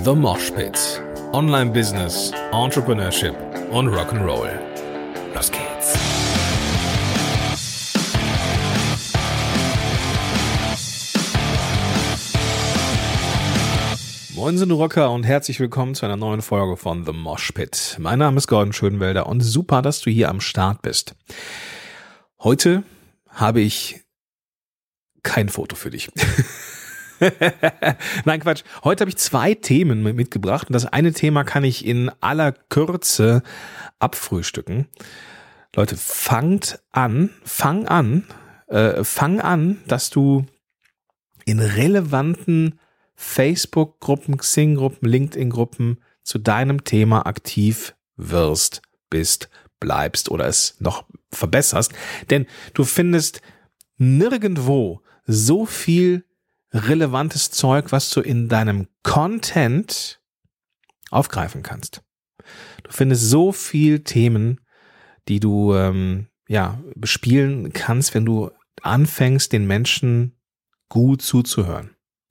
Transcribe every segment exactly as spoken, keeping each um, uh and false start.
The Mosh Pit. Online Business, Entrepreneurship und Rock'n'Roll. Los geht's. Moin, sind Rocker und herzlich willkommen zu einer neuen Folge von The Mosh Pit. Mein Name ist Gordon Schönwelder und super, dass du hier am Start bist. Heute habe ich kein Foto für dich. Nein, Quatsch. Heute habe ich zwei Themen mitgebracht und das eine Thema kann ich in aller Kürze abfrühstücken. Leute, fangt an, fang an, äh, fang an, dass du in relevanten Facebook-Gruppen, Xing-Gruppen, LinkedIn-Gruppen zu deinem Thema aktiv wirst, bist, bleibst oder es noch verbesserst. Denn du findest nirgendwo so viel relevantes Zeug, was du in deinem Content aufgreifen kannst. Du findest so viel Themen, die du ähm, ja bespielen kannst, wenn du anfängst, den Menschen gut zuzuhören.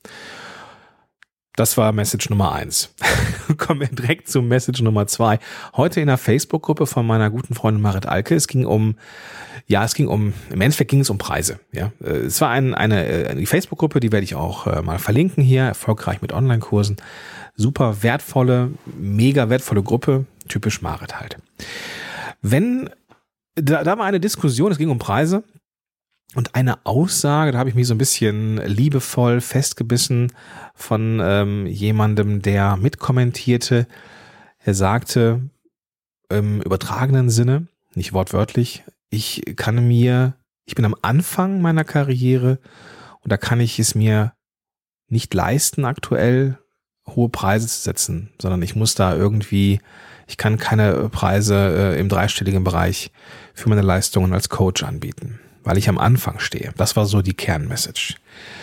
Das war Message Nummer eins. Kommen wir direkt zu Message Nummer zwei. Heute in der Facebook-Gruppe von meiner guten Freundin Marit Alke. Es ging um, ja, es ging um, im Endeffekt ging es um Preise. Ja, es war ein, eine, eine Facebook-Gruppe, die werde ich auch äh, mal verlinken hier. Erfolgreich mit Online-Kursen. Super wertvolle, mega wertvolle Gruppe. Typisch Marit halt. Wenn, da, da war eine Diskussion, es ging um Preise. Und eine Aussage, da habe ich mich so ein bisschen liebevoll festgebissen von ähm, jemandem, der mitkommentierte. Er sagte im übertragenen Sinne, nicht wortwörtlich, ich kann mir, ich bin am Anfang meiner Karriere und da kann ich es mir nicht leisten, aktuell hohe Preise zu setzen, sondern ich muss da irgendwie, ich kann keine Preise äh, im dreistelligen Bereich für meine Leistungen als Coach anbieten, weil ich am Anfang stehe. Das war so die Kernmessage.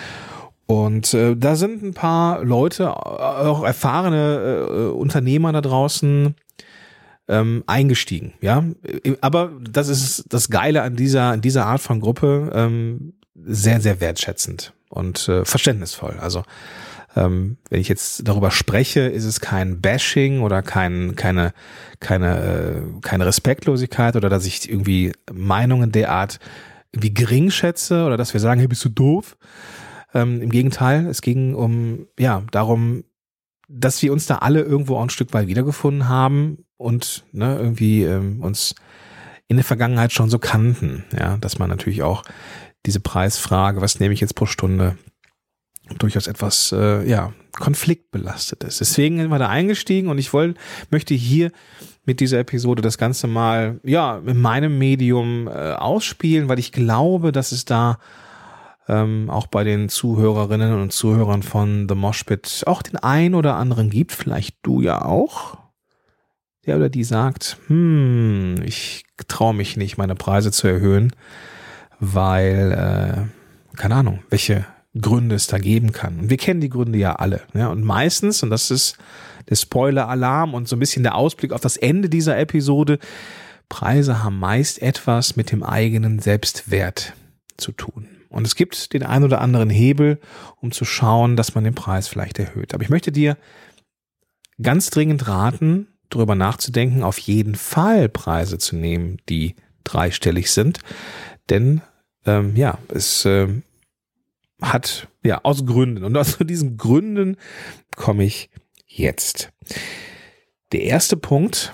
Und äh, da sind ein paar Leute, auch erfahrene äh, Unternehmer da draußen ähm, eingestiegen. Ja, aber das ist das Geile an dieser an dieser Art von Gruppe, ähm, sehr sehr wertschätzend und äh, verständnisvoll. Also ähm, wenn ich jetzt darüber spreche, ist es kein Bashing oder kein keine keine äh, keine Respektlosigkeit oder dass ich irgendwie Meinungen derart irgendwie gering schätze oder dass wir sagen, hey, bist du doof? Ähm, Im Gegenteil, es ging um, ja, darum, dass wir uns da alle irgendwo auch ein Stück weit wiedergefunden haben und ne, irgendwie ähm, uns in der Vergangenheit schon so kannten, ja, dass man natürlich auch diese Preisfrage, was nehme ich jetzt pro Stunde, durchaus etwas, äh, ja, konfliktbelastet ist. Deswegen sind wir da eingestiegen und ich wollte, möchte hier mit dieser Episode das Ganze mal, ja, in meinem Medium äh, ausspielen, weil ich glaube, dass es da ähm, auch bei den Zuhörerinnen und Zuhörern von The Mosh Pit auch den ein oder anderen gibt, vielleicht du ja auch, der oder die sagt, hm, ich traue mich nicht, meine Preise zu erhöhen, weil, äh, keine Ahnung, welche Gründe es da geben kann. Und wir kennen die Gründe ja alle. Ja? Und meistens, und das ist der Spoiler-Alarm und so ein bisschen der Ausblick auf das Ende dieser Episode, Preise haben meist etwas mit dem eigenen Selbstwert zu tun. Und es gibt den ein oder anderen Hebel, um zu schauen, dass man den Preis vielleicht erhöht. Aber ich möchte dir ganz dringend raten, darüber nachzudenken, auf jeden Fall Preise zu nehmen, die dreistellig sind. Denn ähm, ja, es äh, hat, ja, aus Gründen. Und aus diesen Gründen komme ich jetzt. Der erste Punkt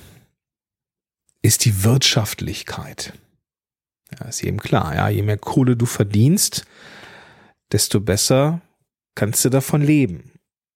ist die Wirtschaftlichkeit. Ja, ist jedem klar, ja. Je mehr Kohle du verdienst, desto besser kannst du davon leben.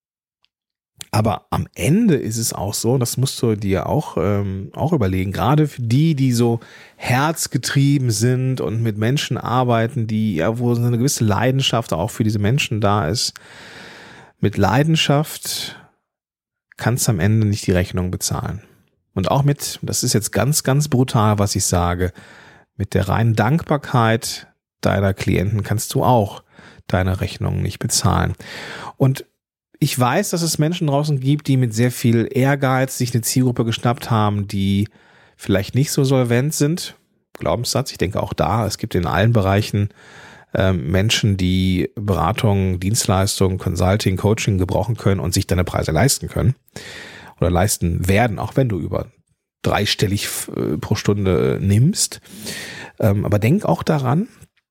Aber am Ende ist es auch so, das musst du dir auch, ähm, auch überlegen, gerade für die, die so herzgetrieben sind und mit Menschen arbeiten, die, ja, wo so eine gewisse Leidenschaft auch für diese Menschen da ist. Mit Leidenschaft kannst du am Ende nicht die Rechnung bezahlen. Und auch mit, das ist jetzt ganz, ganz brutal, was ich sage, mit der reinen Dankbarkeit deiner Klienten kannst du auch deine Rechnung nicht bezahlen. Und ich weiß, dass es Menschen draußen gibt, die mit sehr viel Ehrgeiz sich eine Zielgruppe geschnappt haben, die vielleicht nicht so solvent sind. Glaubenssatz, ich denke auch da, es gibt in allen Bereichen ähm, Menschen, die Beratung, Dienstleistung, Consulting, Coaching gebrauchen können und sich deine Preise leisten können oder leisten werden, auch wenn du über dreistellig äh, pro Stunde nimmst. Ähm, aber denk auch daran,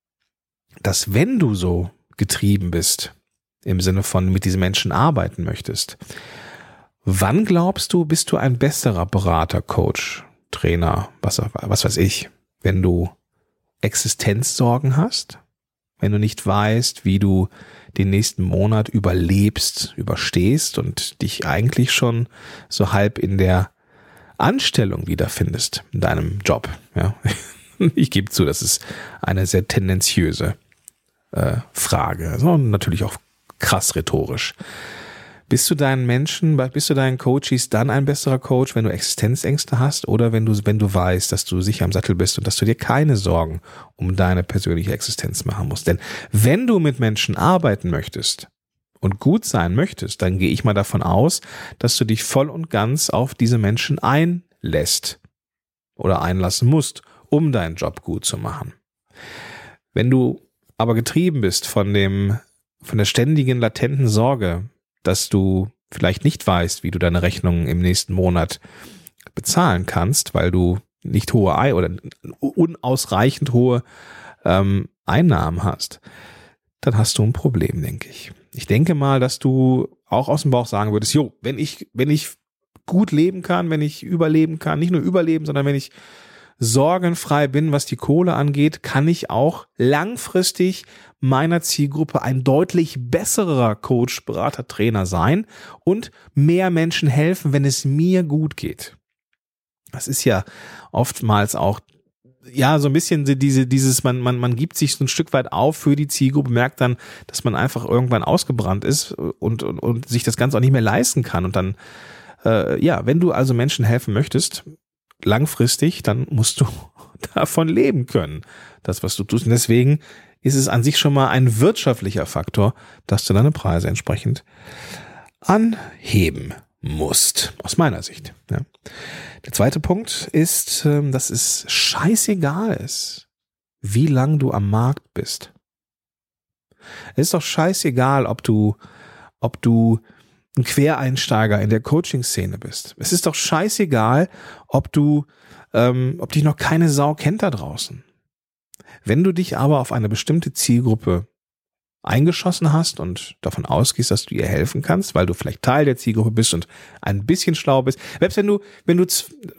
dass wenn du so getrieben bist, im Sinne von mit diesen Menschen arbeiten möchtest, wann glaubst du, bist du ein besserer Berater, Coach, Trainer, was, was weiß ich, wenn du Existenzsorgen hast, wenn du nicht weißt, wie du den nächsten Monat überlebst, überstehst und dich eigentlich schon so halb in der Anstellung wiederfindest, in deinem Job. Ja. Ich gebe zu, das ist eine sehr tendenziöse äh, Frage, also natürlich auch krass rhetorisch. Bist du deinen Menschen, bist du deinen Coaches dann ein besserer Coach, wenn du Existenzängste hast oder wenn du, wenn du weißt, dass du sicher am Sattel bist und dass du dir keine Sorgen um deine persönliche Existenz machen musst? Denn wenn du mit Menschen arbeiten möchtest und gut sein möchtest, dann gehe ich mal davon aus, dass du dich voll und ganz auf diese Menschen einlässt oder einlassen musst, um deinen Job gut zu machen. Wenn du aber getrieben bist von dem, von der ständigen latenten Sorge, dass du vielleicht nicht weißt, wie du deine Rechnungen im nächsten Monat bezahlen kannst, weil du nicht hohe Ei- oder unausreichend hohe ähm, Einnahmen hast, dann hast du ein Problem, denke ich. Ich denke mal, dass du auch aus dem Bauch sagen würdest, jo, wenn ich, wenn ich gut leben kann, wenn ich überleben kann, nicht nur überleben, sondern wenn ich sorgenfrei bin, was die Kohle angeht, kann ich auch langfristig meiner Zielgruppe ein deutlich besserer Coach, Berater, Trainer sein und mehr Menschen helfen, wenn es mir gut geht. Das ist ja oftmals auch ja so ein bisschen diese dieses man man man gibt sich so ein Stück weit auf für die Zielgruppe, merkt dann, dass man einfach irgendwann ausgebrannt ist und und, und sich das Ganze auch nicht mehr leisten kann und dann äh, ja, wenn du also Menschen helfen möchtest, langfristig, dann musst du davon leben können, das, was du tust. Und deswegen ist es an sich schon mal ein wirtschaftlicher Faktor, dass du deine Preise entsprechend anheben musst, aus meiner Sicht. Ja. Der zweite Punkt ist, dass es scheißegal ist, wie lang du am Markt bist. Es ist doch scheißegal, ob du, ob du ein Quereinsteiger in der Coaching-Szene bist. Es ist doch scheißegal, ob du, ähm, ob dich noch keine Sau kennt da draußen. Wenn du dich aber auf eine bestimmte Zielgruppe eingeschossen hast und davon ausgehst, dass du ihr helfen kannst, weil du vielleicht Teil der Zielgruppe bist und ein bisschen schlau bist, selbst wenn du, wenn du,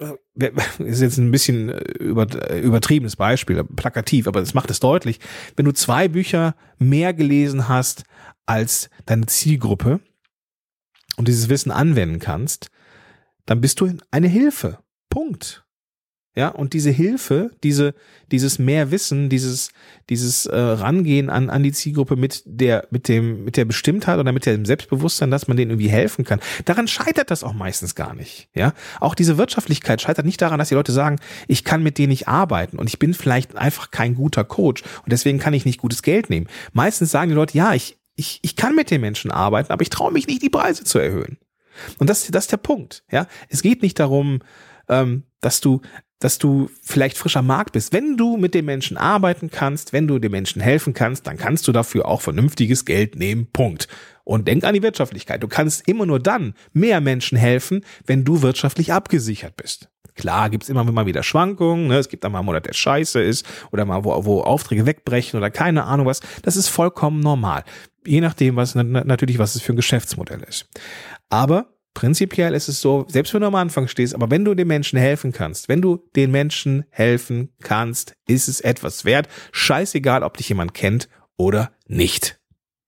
ist jetzt ein bisschen über, übertriebenes Beispiel, plakativ, aber es macht es deutlich, wenn du zwei Bücher mehr gelesen hast als deine Zielgruppe, und dieses Wissen anwenden kannst, dann bist du eine Hilfe. Punkt. Ja, und diese Hilfe, diese, dieses mehr Wissen, dieses, dieses äh, Rangehen an, an die Zielgruppe mit der, mit dem, mit der Bestimmtheit oder mit dem Selbstbewusstsein, dass man denen irgendwie helfen kann. Daran scheitert das auch meistens gar nicht. Ja, auch diese Wirtschaftlichkeit scheitert nicht daran, dass die Leute sagen, ich kann mit denen nicht arbeiten und ich bin vielleicht einfach kein guter Coach und deswegen kann ich nicht gutes Geld nehmen. Meistens sagen die Leute, ja, ich, Ich, ich kann mit den Menschen arbeiten, aber ich traue mich nicht, die Preise zu erhöhen. Und das, das ist der Punkt. Ja, es geht nicht darum, ähm, dass du, dass du vielleicht frisch am Markt bist. Wenn du mit den Menschen arbeiten kannst, wenn du den Menschen helfen kannst, dann kannst du dafür auch vernünftiges Geld nehmen. Punkt. Und denk an die Wirtschaftlichkeit. Du kannst immer nur dann mehr Menschen helfen, wenn du wirtschaftlich abgesichert bist. Klar gibt's immer mal wieder Schwankungen, ne? Es gibt da mal einen Monat, der scheiße ist oder mal, wo, wo Aufträge wegbrechen oder keine Ahnung was. Das ist vollkommen normal. Je nachdem, was natürlich, was es für ein Geschäftsmodell ist. Aber prinzipiell ist es so, selbst wenn du am Anfang stehst, aber wenn du den Menschen helfen kannst, wenn du den Menschen helfen kannst, ist es etwas wert. Scheißegal, ob dich jemand kennt oder nicht.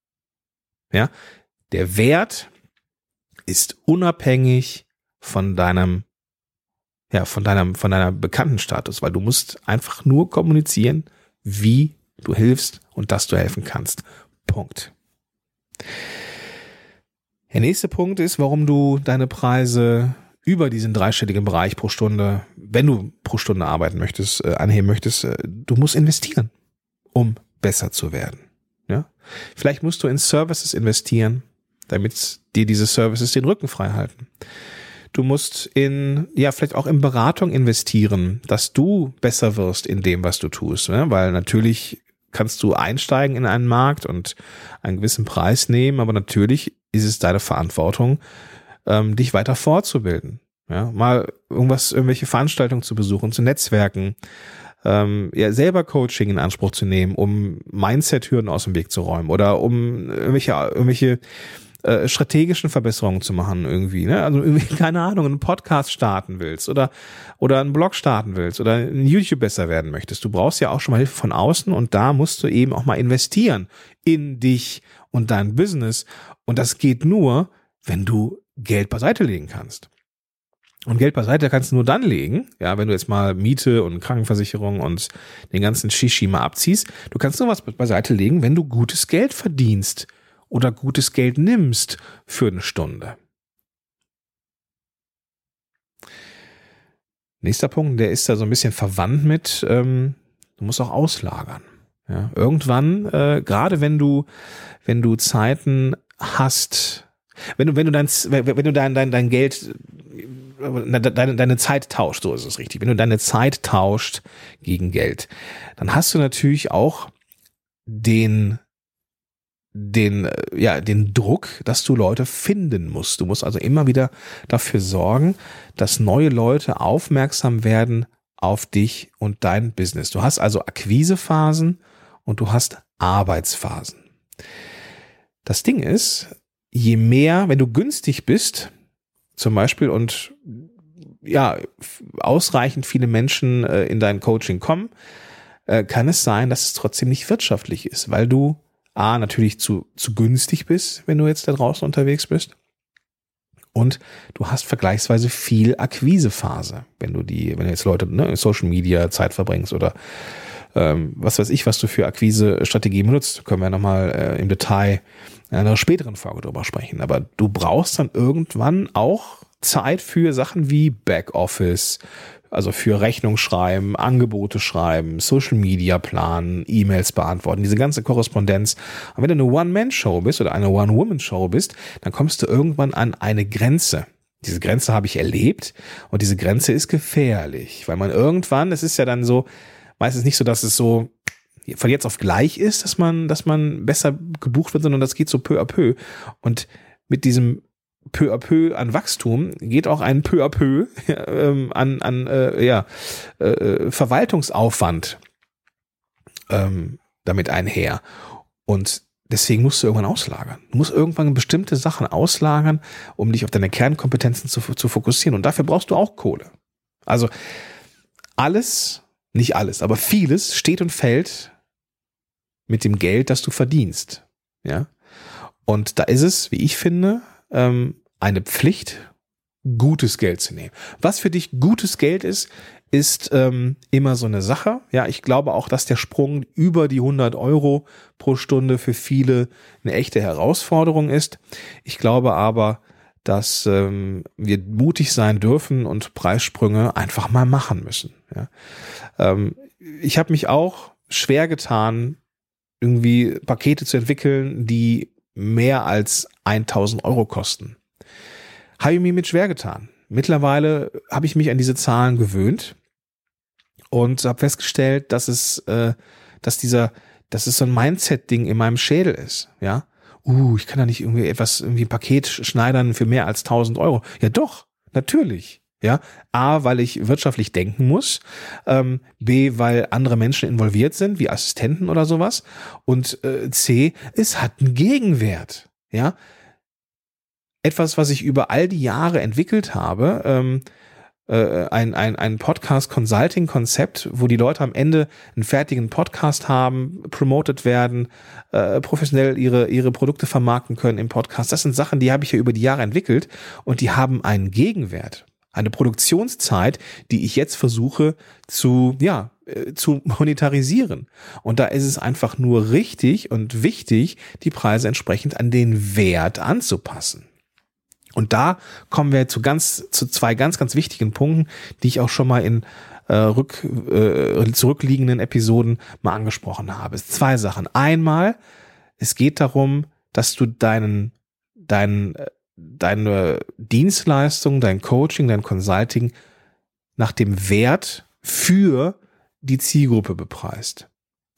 Ja, der Wert ist unabhängig von deinem Ja, von deinem, von deiner Bekanntenstatus, weil du musst einfach nur kommunizieren, wie du hilfst und dass du helfen kannst. Punkt. Der nächste Punkt ist, warum du deine Preise über diesen dreistelligen Bereich pro Stunde, wenn du pro Stunde arbeiten möchtest, äh, anheben möchtest, äh, du musst investieren, um besser zu werden. Ja? Vielleicht musst du in Services investieren, damit dir diese Services den Rücken frei halten. Du musst in, ja, vielleicht auch in Beratung investieren, dass du besser wirst in dem, was du tust, ne? Weil natürlich kannst du einsteigen in einen Markt und einen gewissen Preis nehmen, aber natürlich ist es deine Verantwortung, ähm, dich weiter fortzubilden. Ja, mal irgendwas, irgendwelche Veranstaltungen zu besuchen, zu netzwerken, ähm, ja, selber Coaching in Anspruch zu nehmen, um Mindset-Hürden aus dem Weg zu räumen oder um irgendwelche, irgendwelche äh, strategischen Verbesserungen zu machen irgendwie, ne? Also irgendwie, keine Ahnung, einen Podcast starten willst oder, oder einen Blog starten willst oder in YouTube besser werden möchtest. Du brauchst ja auch schon mal Hilfe von außen und da musst du eben auch mal investieren in dich und dein Business. Und das geht nur, wenn du Geld beiseite legen kannst. Und Geld beiseite kannst du nur dann legen, ja, wenn du jetzt mal Miete und Krankenversicherung und den ganzen Shishi mal abziehst. Du kannst nur was beiseite legen, wenn du gutes Geld verdienst oder gutes Geld nimmst für eine Stunde. Nächster Punkt, der ist da so ein bisschen verwandt mit, ähm, du musst auch auslagern. Ja, irgendwann, äh, gerade wenn du, wenn du Zeiten hast, wenn du, wenn du dein, wenn du dein, dein, dein Geld, deine, deine Zeit tauscht, so ist es richtig. Wenn du deine Zeit tauscht gegen Geld, dann hast du natürlich auch den, den, ja, den Druck, dass du Leute finden musst. Du musst also immer wieder dafür sorgen, dass neue Leute aufmerksam werden auf dich und dein Business. Du hast also Akquisephasen und du hast Arbeitsphasen. Das Ding ist, je mehr, wenn du günstig bist, zum Beispiel, und ja, ausreichend viele Menschen äh, in dein Coaching kommen, äh, kann es sein, dass es trotzdem nicht wirtschaftlich ist, weil du A, natürlich zu, zu günstig bist, wenn du jetzt da draußen unterwegs bist. Und du hast vergleichsweise viel Akquisephase, wenn du die, wenn du jetzt Leute, ne, in Social Media Zeit verbringst oder ähm, was weiß ich, was du für Akquise-Strategien benutzt, können wir nochmal äh, im Detail in einer späteren Folge drüber sprechen. Aber du brauchst dann irgendwann auch Zeit für Sachen wie Backoffice, also für Rechnung schreiben, Angebote schreiben, Social Media planen, E-Mails beantworten, diese ganze Korrespondenz. Und wenn du eine One-Man-Show bist oder eine One-Woman-Show bist, dann kommst du irgendwann an eine Grenze. Diese Grenze habe ich erlebt und diese Grenze ist gefährlich, weil man irgendwann, es ist ja dann so, meistens nicht so, dass es so von jetzt auf gleich ist, dass man, dass man besser gebucht wird, sondern das geht so peu à peu. Und mit diesem peu à peu an Wachstum geht auch ein peu à peu ähm, an, an äh, ja, äh, Verwaltungsaufwand ähm, damit einher. Und deswegen musst du irgendwann auslagern. Du musst irgendwann bestimmte Sachen auslagern, um dich auf deine Kernkompetenzen zu, zu fokussieren. Und dafür brauchst du auch Kohle. Also alles, nicht alles, aber vieles steht und fällt mit dem Geld, das du verdienst. Ja. Und da ist es, wie ich finde, ähm, eine Pflicht, gutes Geld zu nehmen. Was für dich gutes Geld ist, ist ähm, immer so eine Sache. Ja, ich glaube auch, dass der Sprung über die hundert Euro pro Stunde für viele eine echte Herausforderung ist. Ich glaube aber, dass ähm, wir mutig sein dürfen und Preissprünge einfach mal machen müssen. Ja. Ähm, ich habe mich auch schwer getan, irgendwie Pakete zu entwickeln, die mehr als tausend Euro kosten. Habe ich mir mit schwer getan. Mittlerweile habe ich mich an diese Zahlen gewöhnt und habe festgestellt, dass es, äh, dass dieser, dass es so ein Mindset-Ding in meinem Schädel ist. Ja, uh, ich kann da nicht irgendwie etwas, irgendwie ein Paket schneidern für mehr als tausend Euro. Ja, doch, natürlich. Ja, A, weil ich wirtschaftlich denken muss, ähm, B, weil andere Menschen involviert sind, wie Assistenten oder sowas, und äh, C, es hat einen Gegenwert. Ja, etwas, was ich über all die Jahre entwickelt habe, ähm, äh, ein, ein, ein Podcast-Consulting-Konzept, wo die Leute am Ende einen fertigen Podcast haben, promoted werden, äh, professionell ihre, ihre Produkte vermarkten können im Podcast. Das sind Sachen, die habe ich ja über die Jahre entwickelt und die haben einen Gegenwert. Eine Produktionszeit, die ich jetzt versuche zu, ja, äh, zu monetarisieren. Und da ist es einfach nur richtig und wichtig, die Preise entsprechend an den Wert anzupassen. Und da kommen wir zu ganz, zu zwei ganz, ganz wichtigen Punkten, die ich auch schon mal in äh, rück, äh, zurückliegenden Episoden mal angesprochen habe. Zwei Sachen. Einmal, es geht darum, dass du deinen, deinen, deine Dienstleistung, dein Coaching, dein Consulting nach dem Wert für die Zielgruppe bepreist.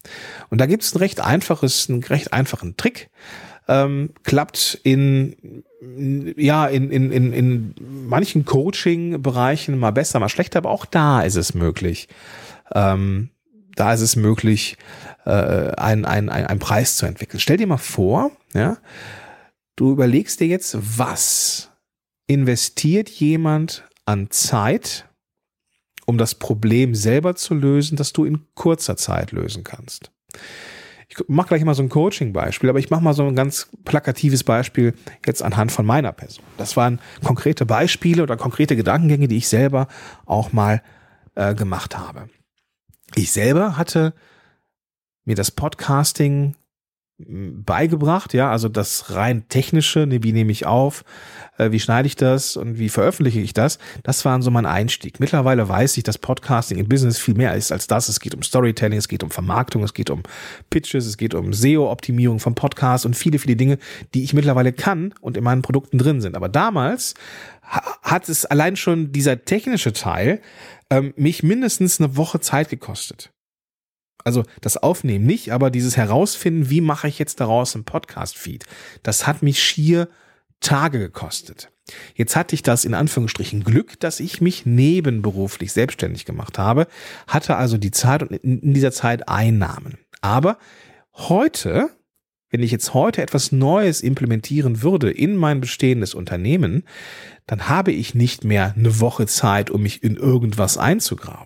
Und da gibt es ein recht einfaches, einen recht einfachen Trick. Ähm, klappt in, ja, in, in, in, in manchen Coaching-Bereichen mal besser, mal schlechter, aber auch da ist es möglich. Ähm, da ist es möglich, äh, einen, einen, einen Preis zu entwickeln. Stell dir mal vor, ja, du überlegst dir jetzt, was investiert jemand an Zeit, um das Problem selber zu lösen, das du in kurzer Zeit lösen kannst. Ich mache gleich mal so ein Coaching-Beispiel, aber ich mache mal so ein ganz plakatives Beispiel jetzt anhand von meiner Person. Das waren konkrete Beispiele oder konkrete Gedankengänge, die ich selber auch mal äh, gemacht habe. Ich selber hatte mir das Podcasting beigebracht, ja, also das rein technische, wie nehme ich auf, äh, wie schneide ich das und wie veröffentliche ich das, das war so mein Einstieg. Mittlerweile weiß ich, dass Podcasting im Business viel mehr ist als das. Es geht um Storytelling, es geht um Vermarktung, es geht um Pitches, es geht um S E O-Optimierung vom Podcast und viele, viele Dinge, die ich mittlerweile kann und in meinen Produkten drin sind. Aber damals hat es allein schon dieser technische Teil ähm, mich mindestens eine Woche Zeit gekostet. Also das Aufnehmen nicht, aber dieses Herausfinden, wie mache ich jetzt daraus einen Podcast-Feed, das hat mich schier Tage gekostet. Jetzt hatte ich das in Anführungsstrichen Glück, dass ich mich nebenberuflich selbstständig gemacht habe, hatte also die Zeit und in dieser Zeit Einnahmen. Aber heute, wenn ich jetzt heute etwas Neues implementieren würde in mein bestehendes Unternehmen, dann habe ich nicht mehr eine Woche Zeit, um mich in irgendwas einzugraben.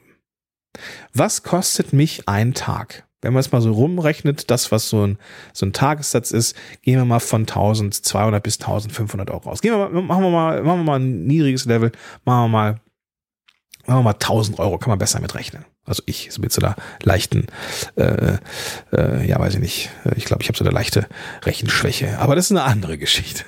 Was kostet mich ein Tag? Wenn man es mal so rumrechnet, das, was so ein, so ein Tagessatz ist, gehen wir mal von eintausendzweihundert bis eintausendfünfhundert Euro aus. Gehen wir mal, machen wir mal, machen wir mal ein niedriges Level, machen wir mal, machen wir mal tausend Euro, kann man besser mitrechnen. Also ich, so mit so einer leichten, äh, äh, ja, weiß ich nicht, ich glaube, ich habe so eine leichte Rechenschwäche, aber das ist eine andere Geschichte.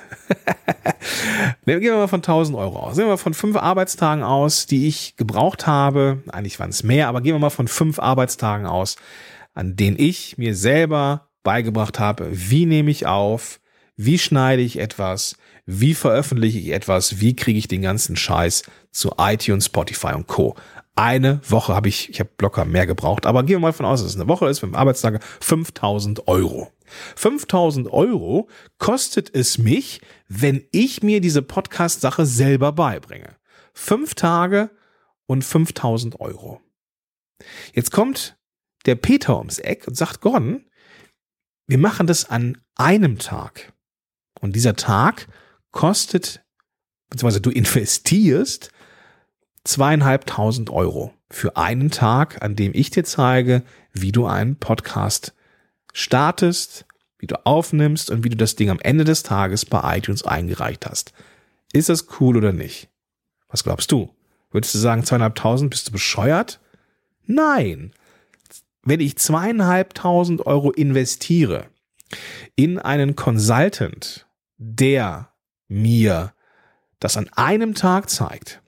Gehen wir mal von tausend Euro aus. Gehen wir mal von fünf Arbeitstagen aus, die ich gebraucht habe. Eigentlich waren es mehr, aber gehen wir mal von fünf Arbeitstagen aus, an denen ich mir selber beigebracht habe, wie nehme ich auf, wie schneide ich etwas, wie veröffentliche ich etwas, wie kriege ich den ganzen Scheiß zu iTunes, Spotify und Co. Eine Woche habe ich, ich habe locker mehr gebraucht, aber gehen wir mal von aus, dass es eine Woche ist, fünf Arbeitstage, fünftausend Euro. fünftausend Euro kostet es mich, wenn ich mir diese Podcast-Sache selber beibringe. Fünf Tage und fünftausend Euro. Jetzt kommt der Peter ums Eck und sagt, Gordon, wir machen das an einem Tag. Und dieser Tag kostet, beziehungsweise du investierst zweieinhalbtausend Euro für einen Tag, an dem ich dir zeige, wie du einen Podcast startest, wie du aufnimmst und wie du das Ding am Ende des Tages bei iTunes eingereicht hast. Ist das cool oder nicht? Was glaubst du? Würdest du sagen, zweieinhalbtausend, bist du bescheuert? Nein. Wenn ich zweieinhalbtausend Euro investiere in einen Consultant, der mir das an einem Tag zeigt,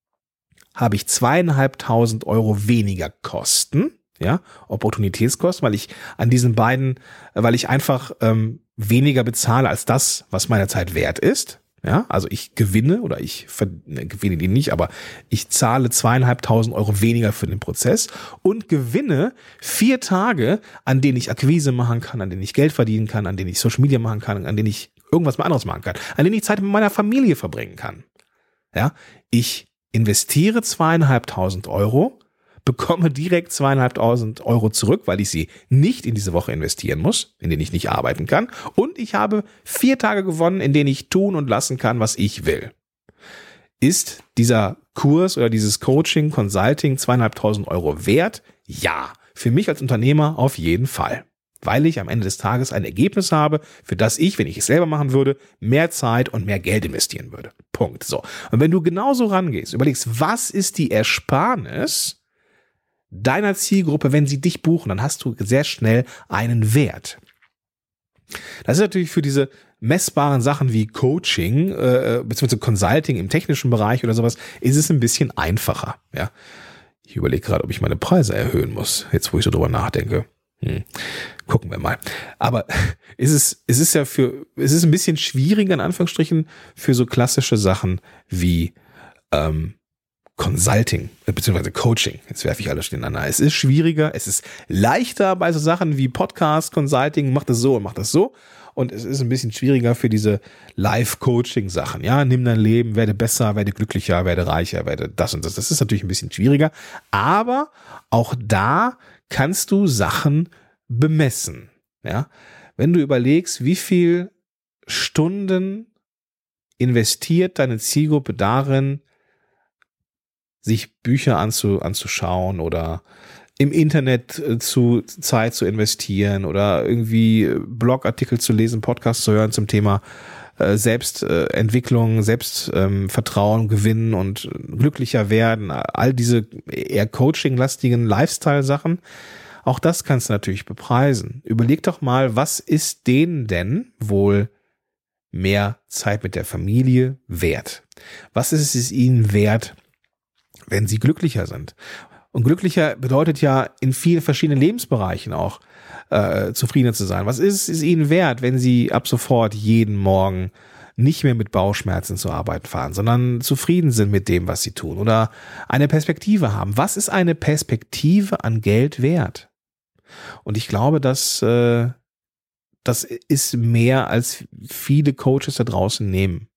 habe ich zweieinhalbtausend Euro weniger Kosten, ja, Opportunitätskosten, weil ich an diesen beiden, weil ich einfach ähm, weniger bezahle als das, was meine Zeit wert ist. Ja, also ich gewinne oder ich ne, gewinne die nicht, aber ich zahle zweieinhalbtausend Euro weniger für den Prozess und gewinne vier Tage, an denen ich Akquise machen kann, an denen ich Geld verdienen kann, an denen ich Social Media machen kann, an denen ich irgendwas mal anderes machen kann, an denen ich Zeit mit meiner Familie verbringen kann. Ja, ich investiere zweieinhalbtausend Euro, bekomme direkt zweieinhalbtausend Euro zurück, weil ich sie nicht in diese Woche investieren muss, in denen ich nicht arbeiten kann. Und ich habe vier Tage gewonnen, in denen ich tun und lassen kann, was ich will. Ist dieser Kurs oder dieses Coaching, Consulting zweieinhalbtausend Euro wert? Ja, für mich als Unternehmer auf jeden Fall. Weil ich am Ende des Tages ein Ergebnis habe, für das ich, wenn ich es selber machen würde, mehr Zeit und mehr Geld investieren würde. Punkt. So. Und wenn du genauso rangehst, überlegst, was ist die Ersparnis deiner Zielgruppe, wenn sie dich buchen, dann hast du sehr schnell einen Wert. Das ist natürlich für diese messbaren Sachen wie Coaching äh, bzw. Consulting im technischen Bereich oder sowas, ist es ein bisschen einfacher. Ja, ich überlege gerade, ob ich meine Preise erhöhen muss, jetzt wo ich so drüber nachdenke. Hm. Gucken wir mal. Aber ist es, es ist ja für, es ist ein bisschen schwieriger in Anführungsstrichen für so klassische Sachen wie ähm, Consulting, beziehungsweise Coaching. Jetzt werfe ich alles durcheinander. Es ist schwieriger, es ist leichter bei so Sachen wie Podcast, Consulting, mach das so und mach das so. Und es ist ein bisschen schwieriger für diese Live-Coaching-Sachen. Ja, nimm dein Leben, werde besser, werde glücklicher, werde reicher, werde das und das. Das ist natürlich ein bisschen schwieriger. Aber auch da kannst du Sachen bemessen. Ja, wenn du überlegst, wie viel Stunden investiert deine Zielgruppe darin, sich Bücher anzu, anzuschauen oder im Internet zu Zeit zu investieren oder irgendwie Blogartikel zu lesen, Podcasts zu hören zum Thema äh, Selbstentwicklung, Selbstvertrauen ähm, gewinnen und glücklicher werden, all diese eher coaching-lastigen Lifestyle-Sachen. Auch das kannst du natürlich bepreisen. Überleg doch mal, was ist denen denn wohl mehr Zeit mit der Familie wert? Was ist es ihnen wert, wenn sie glücklicher sind? Und glücklicher bedeutet ja in vielen verschiedenen Lebensbereichen auch äh, zufriedener zu sein. Was ist es ihnen wert, wenn sie ab sofort jeden Morgen nicht mehr mit Bauchschmerzen zur Arbeit fahren, sondern zufrieden sind mit dem, was sie tun oder eine Perspektive haben? Was ist eine Perspektive an Geld wert? Und ich glaube, dass äh, das ist mehr, als viele Coaches da draußen nehmen.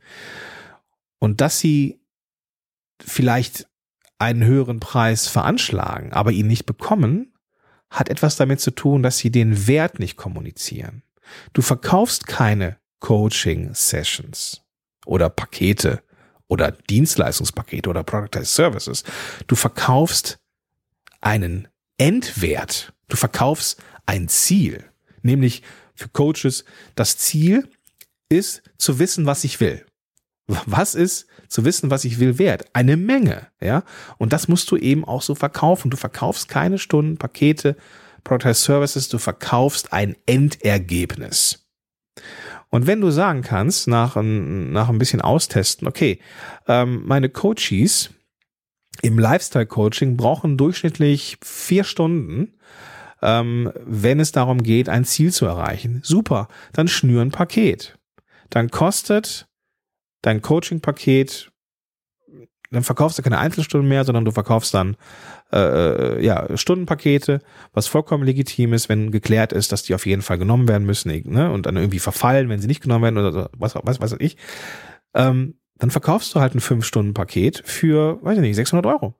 Und dass sie vielleicht einen höheren Preis veranschlagen, aber ihn nicht bekommen, hat etwas damit zu tun, dass sie den Wert nicht kommunizieren. Du verkaufst keine Coaching-Sessions oder Pakete oder Dienstleistungspakete oder Productized Services. Du verkaufst einen Endwert. Du verkaufst ein Ziel. Nämlich für Coaches, das Ziel ist zu wissen, was ich will. Was ist zu wissen, was ich will, wert? Eine Menge, ja. Und das musst du eben auch so verkaufen. Du verkaufst keine Stunden, Pakete, Productized Services, du verkaufst ein Endergebnis. Und wenn du sagen kannst, nach, nach ein bisschen austesten, okay, ähm, meine Coaches im Lifestyle-Coaching brauchen durchschnittlich vier Stunden, ähm, wenn es darum geht, ein Ziel zu erreichen. Super, dann schnür ein Paket. Dann kostet dein Coaching-Paket, dann verkaufst du keine Einzelstunden mehr, sondern du verkaufst dann äh, ja Stundenpakete, was vollkommen legitim ist, wenn geklärt ist, dass die auf jeden Fall genommen werden müssen, ne, und dann irgendwie verfallen, wenn sie nicht genommen werden oder was was weiß ich. Ähm, dann verkaufst du halt ein fünf-Stunden-Paket für, weiß ich nicht, sechshundert Euro.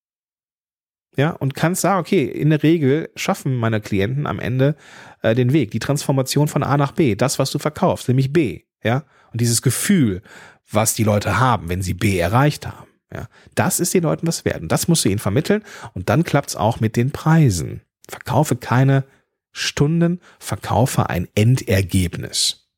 Ja, und kannst sagen, okay, in der Regel schaffen meine Klienten am Ende äh, den Weg, die Transformation von A nach B, das, was du verkaufst, nämlich B, ja. Und dieses Gefühl, was die Leute haben, wenn sie B erreicht haben, ja, das ist den Leuten was wert. Und das musst du ihnen vermitteln. Und dann klappt's auch mit den Preisen. Verkaufe keine Stunden, verkaufe ein Endergebnis.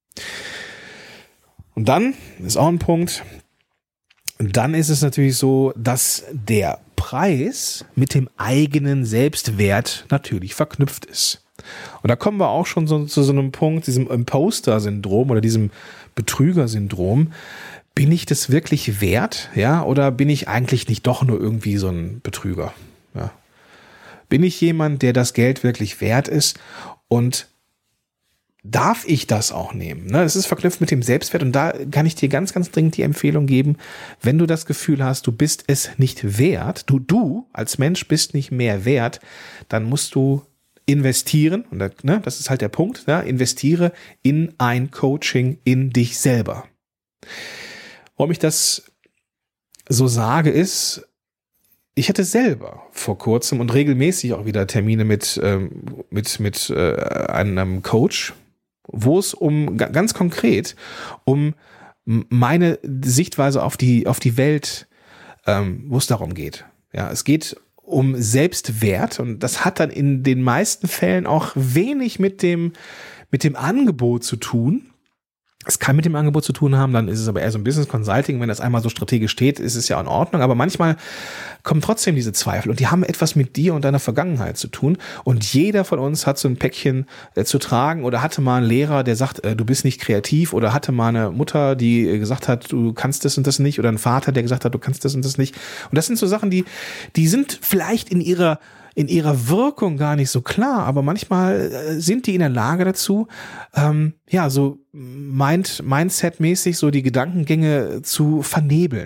Und dann ist auch ein Punkt, dann ist es natürlich so, dass der Preis mit dem eigenen Selbstwert natürlich verknüpft ist. Und da kommen wir auch schon so, zu so einem Punkt, diesem Imposter-Syndrom oder diesem Betrüger-Syndrom. Bin ich das wirklich wert? Ja, oder bin ich eigentlich nicht doch nur irgendwie so ein Betrüger? Ja. Bin ich jemand, der das Geld wirklich wert ist? Und darf ich das auch nehmen? Ne, es ist verknüpft mit dem Selbstwert und da kann ich dir ganz, ganz dringend die Empfehlung geben, wenn du das Gefühl hast, du bist es nicht wert, du, du als Mensch bist nicht mehr wert, dann musst du investieren, und da, ne, das ist halt der Punkt, ne, investiere in ein Coaching in dich selber. Warum ich das so sage, ist, ich hatte selber vor kurzem und regelmäßig auch wieder Termine mit, ähm, mit, mit äh, einem Coach, wo es um ganz konkret um meine Sichtweise auf die, auf die Welt, ähm, wo es darum geht. Ja, es geht um Selbstwert und das hat dann in den meisten Fällen auch wenig mit dem, mit dem Angebot zu tun. Es kann mit dem Angebot zu tun haben, dann ist es aber eher so ein Business Consulting. Wenn das einmal so strategisch steht, ist es ja in Ordnung. Aber manchmal kommen trotzdem diese Zweifel und die haben etwas mit dir und deiner Vergangenheit zu tun. Und jeder von uns hat so ein Päckchen äh, zu tragen oder hatte mal einen Lehrer, der sagt, äh, du bist nicht kreativ, oder hatte mal eine Mutter, die äh, gesagt hat, du kannst das und das nicht, oder ein Vater, der gesagt hat, du kannst das und das nicht. Und das sind so Sachen, die, die sind vielleicht in ihrer in ihrer Wirkung gar nicht so klar, aber manchmal äh, sind die in der Lage dazu, ähm, ja, so Mind, Mindset-mäßig so die Gedankengänge zu vernebeln.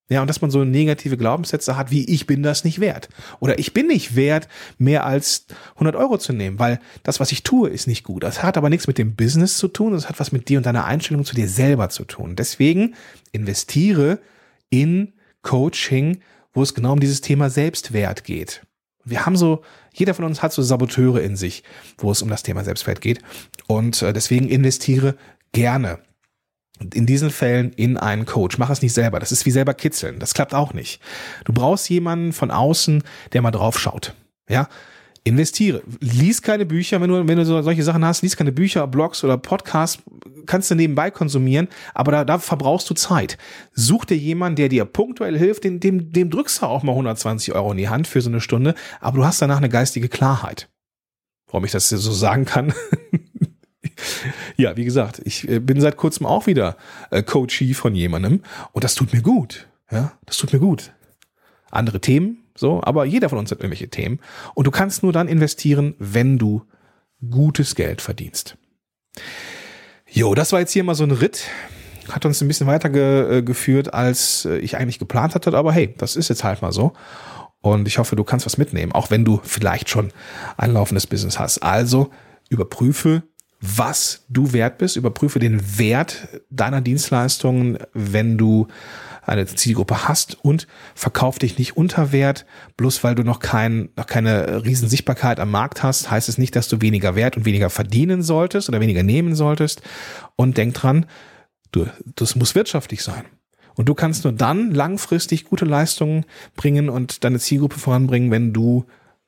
Ja, und dass man so negative Glaubenssätze hat, wie ich bin das nicht wert. Oder ich bin nicht wert, mehr als hundert Euro zu nehmen, weil das, was ich tue, ist nicht gut. Das hat aber nichts mit dem Business zu tun, das hat was mit dir und deiner Einstellung zu dir selber zu tun. Deswegen investiere in Coaching, wo es genau um dieses Thema Selbstwert geht. Wir haben so, jeder von uns hat so Saboteure in sich, wo es um das Thema Selbstwert geht. Und deswegen investiere gerne in diesen Fällen in einen Coach. Mach es nicht selber. Das ist wie selber kitzeln. Das klappt auch nicht. Du brauchst jemanden von außen, der mal drauf schaut. Ja? Investiere. Lies keine Bücher, wenn du, wenn du so solche Sachen hast. Lies keine Bücher, Blogs oder Podcasts. Kannst du nebenbei konsumieren, aber da, da verbrauchst du Zeit. Such dir jemanden, der dir punktuell hilft, dem, dem, dem drückst du auch mal hundertzwanzig Euro in die Hand für so eine Stunde, aber du hast danach eine geistige Klarheit. Warum ich das so sagen kann? Ja, wie gesagt, ich bin seit kurzem auch wieder äh, Coachee von jemandem und das tut mir gut. Ja, das tut mir gut. Andere Themen, so, aber jeder von uns hat irgendwelche Themen und du kannst nur dann investieren, wenn du gutes Geld verdienst. Jo, das war jetzt hier mal so ein Ritt. Hat uns ein bisschen weiter ge- geführt, als ich eigentlich geplant hatte, aber hey, das ist jetzt halt mal so. Und ich hoffe, du kannst was mitnehmen, auch wenn du vielleicht schon ein laufendes Business hast. Also überprüfe, was du wert bist, überprüfe den Wert deiner Dienstleistungen, wenn du eine Zielgruppe hast und verkauf dich nicht unter Wert, bloß weil du noch, kein, noch keine riesen Sichtbarkeit am Markt hast, heißt es nicht, dass du weniger Wert und weniger verdienen solltest oder weniger nehmen solltest. Und denk dran, du, das muss wirtschaftlich sein. Und du kannst nur dann langfristig gute Leistungen bringen und deine Zielgruppe voranbringen, wenn du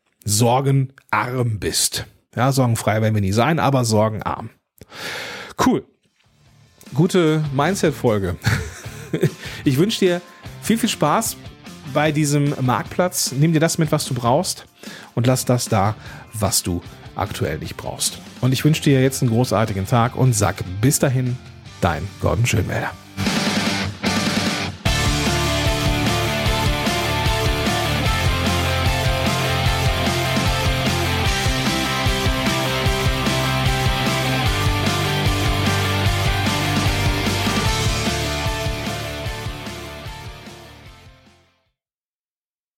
sorgenarm bist. Ja, sorgenfrei werden wir nie sein, aber sorgenarm. Cool. Gute Mindset-Folge. Ich wünsche dir viel, viel Spaß bei diesem Marktplatz. Nimm dir das mit, was du brauchst und lass das da, was du aktuell nicht brauchst. Und ich wünsche dir jetzt einen großartigen Tag und sag bis dahin, dein Gordon Schönwälder.